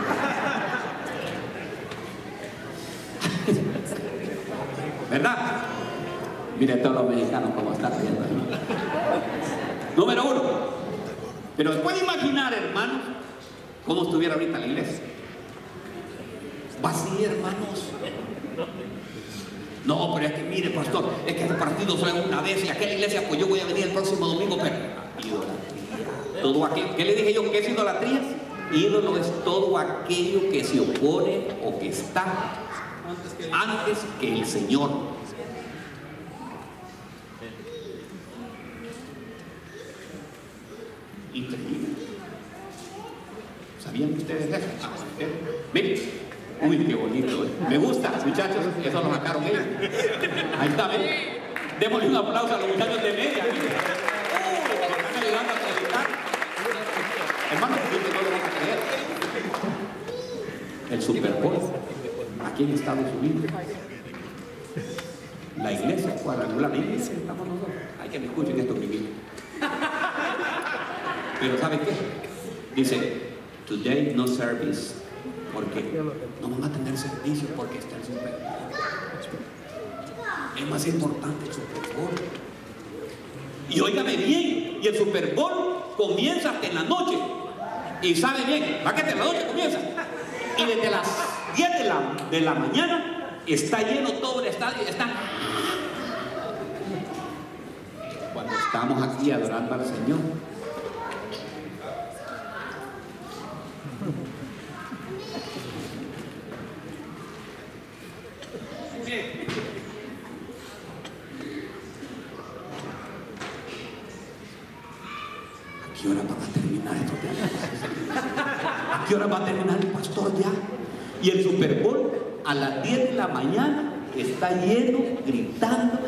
¿Verdad? Miren todos los mexicanos cómo están viendo ahí. Número uno. Pero se puede imaginar, hermanos, cómo estuviera ahorita la iglesia. Vacía, hermanos. No, pero es que mire, pastor, es que el partido fue una vez y aquella iglesia, pues yo voy a venir el próximo domingo, pero idolatría. Todo aquello, ¿qué le dije yo? ¿Qué es idolatría? Ídolo es todo aquello que se opone o que está antes que el Señor. Increíble. ¿Sabían ustedes eso? Ah, miren. Uy, qué bonito. Me gusta, muchachos. Eso lo sacaron ellos. Ahí está, ven. Démosle un aplauso a los muchachos de media. Uy, me están ayudando a predicar. Hermano, ustedes no lo van a creer. El Super Bowl aquí en Estados Unidos. La iglesia cuadrangular. La iglesia estamos nosotros. Hay que me escuchen esto primero. Pero ¿sabe qué? Dice, today no service. Porque no van a tener servicio porque está el Super Bowl. Es más importante el Super Bowl. Y óigame bien, y el Super Bowl comienza hasta en la noche. Y sabe bien, va que hasta en la noche comienza. Y desde las diez de la, de la mañana está lleno todo el estadio. Está... Cuando estamos aquí adorando al Señor, ¿a qué hora van a terminar estos días? ¿A qué hora va a terminar el pastor ya? Y el Super Bowl a las diez de la mañana está lleno, gritando.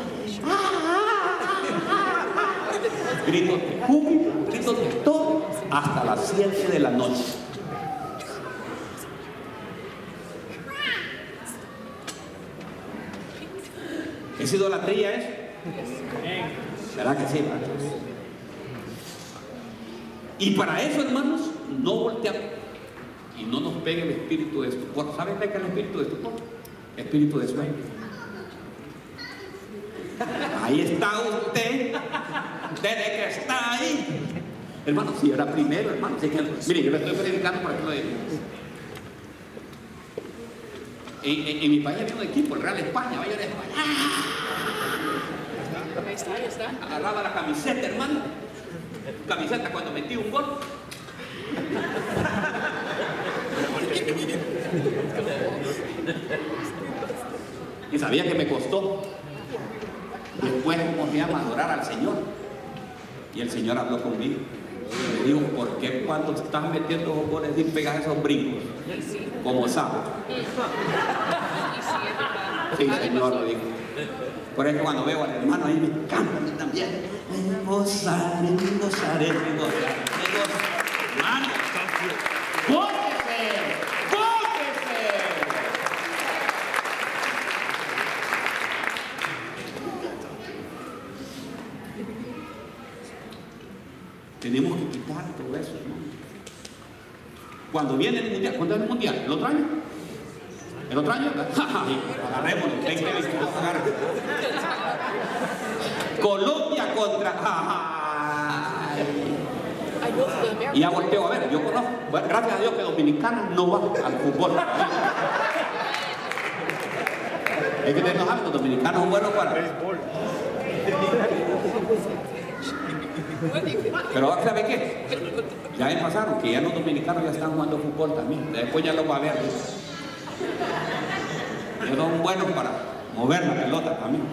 Gritos de júbilo, gritos de todo, hasta las siete de la noche. ¿Es idolatría eso? ¿Verdad que sí, hermanos? Y para eso, hermanos, no volteamos y no nos pegue el espíritu de estupor. ¿Saben de qué es el espíritu de estupor? Espíritu de sueño. Ahí está usted, desde que está ahí. Hermano, si era primero, hermano. Si que, mire, yo le estoy predicando para que lo diga. En, en, en mi país había un equipo, el Real España, vaya de España. Ahí está, ahí está. Agarraba la camiseta, hermano. Camiseta cuando metí un gol. Y sabía que me costó. Después, ¿cómo se llama? Adorar al Señor. Y el Señor habló conmigo. Y me dijo, ¿por qué cuando estás metiendo esos goles y pegas esos brincos? Como sapo. Sí, Señor, lo dijo. Por eso cuando veo al hermano ahí me encanta a mí también. Me gozaré, me gozaré, me gozaré, me gozaré. Hermano, gócese, gócese. Tenemos que quitar todo eso, hermano. Cuando viene el mundial, ¿cuándo es el mundial? ¿El otro año? ¿El otro año? Agarrémoslo, veinte veintiuno, agarre. Colombia contra... Y ya volteo a ver, yo conozco, bueno, gracias a Dios que Dominicana no va al fútbol. Es que tenemos algo, los dominicanos son buenos para béisbol. Pero ¿sabe qué? Ya me pasaron que ya los dominicanos ya están jugando fútbol también. Después ya lo va a ver. Ellos son buenos para mover la pelota también.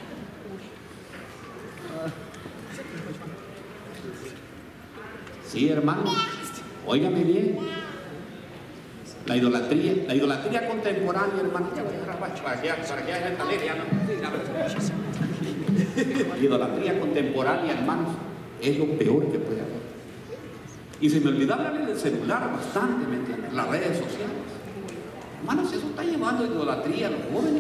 Sí, hermano, óigame bien. La idolatría, la idolatría contemporánea, hermano. Para que haya gente alegre, la idolatría contemporánea, hermanos, es lo peor que puede haber. Y se me olvidó hablarle del celular bastante, ¿me entiendes? Las redes sociales. Hermanos, eso está llevando a idolatría a los jóvenes.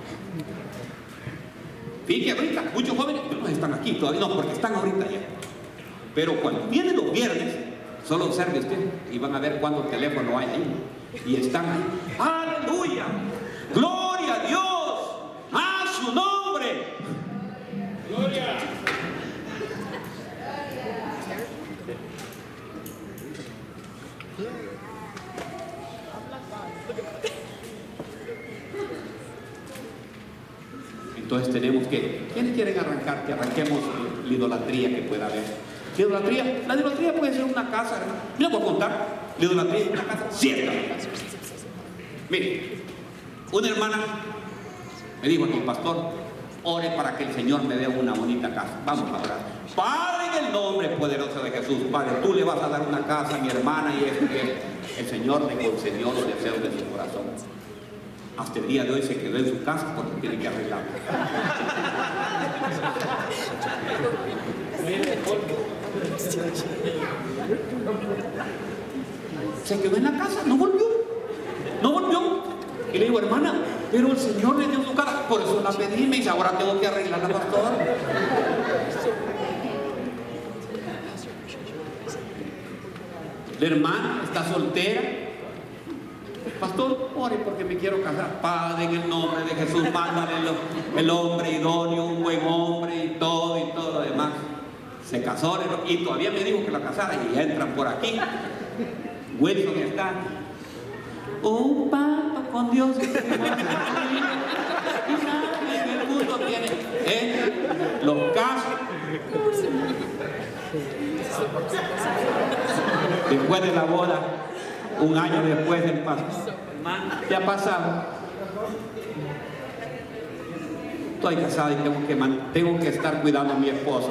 Fíjense, ahorita muchos jóvenes no están aquí todavía, no, porque están ahorita ya. Pero cuando vienen los viernes, solo observe usted y van a ver cuánto teléfono hay ahí. Y están ahí. ¡Aleluya! ¡Gloria a Dios! ¡A su nombre! ¡Gloria! Entonces tenemos que, ¿quiénes quieren arrancar? Que arranquemos la idolatría que pueda haber. ¿La idolatría? La idolatría puede ser una casa, hermano. Yo les voy a contar. La idolatría es una casa cierta. Mire, una hermana me dijo aquí, pastor, ore para que el Señor me dé una bonita casa. Vamos a orar. Padre, en el nombre poderoso de Jesús, Padre, tú le vas a dar una casa a mi hermana y es que el Señor le concedió los deseos de su corazón. Hasta el día de hoy se quedó en su casa porque tiene que arreglarla. Se quedó en la casa, no volvió. No volvió. Y le digo, hermana, pero el Señor le dio su casa. Por eso la pedí y me dice, ahora tengo que arreglarla, pastor. La hermana está soltera. Pastor, ore porque me quiero casar. Padre, en el nombre de Jesús, mándale el, el hombre idóneo, un buen hombre y todo y todo lo demás. Se casó y todavía me dijo que la casara y entran por aquí. Wilson está. Un pacto con Dios. Y nadie en el mundo tiene. ¿Eh? Los casos. Después de la boda, un año después del paso. ¿Qué ha pasado? Estoy casado y tengo que, man, tengo que estar cuidando a mi esposo.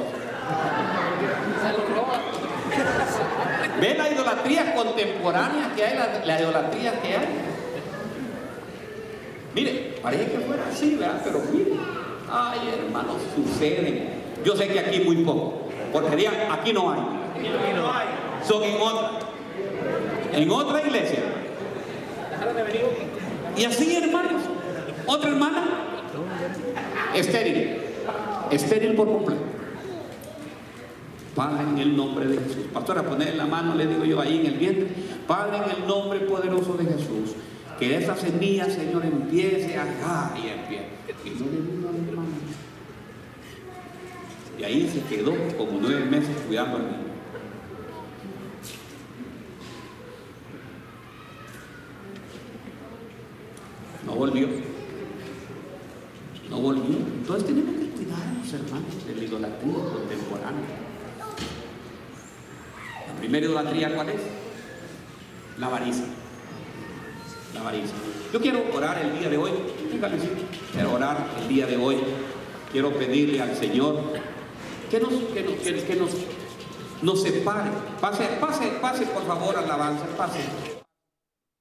¿Ve la idolatría contemporánea que hay? La, la idolatría que hay. Mire, parece que fuera así, ¿verdad? Pero mire, ay, hermanos, sucede. Yo sé que aquí muy poco, porque digan, aquí no hay. Aquí no hay. Son en otra. En otra iglesia. Y así, hermanos, otra hermana estéril, estéril por completo. Padre, en el nombre de Jesús. Pastora, poner la mano, le digo yo ahí en el vientre. Padre, en el nombre poderoso de Jesús, que esa semilla, Señor, empiece a... Ah, y empiece. Y no le digo a mi hermano. Y ahí se quedó como nueve meses cuidando al niño. No volvió. No volvió. Entonces tenemos que cuidarnos, hermanos, de la idolatría contemporánea. La primera idolatría, ¿cuál es? La avaricia. La avaricia. Yo quiero orar el día de hoy. Fíjate, quiero orar el día de hoy. Quiero pedirle al Señor que nos, que nos, que, que nos, nos separe. Pase, pase, pase por favor, alabanza, pase.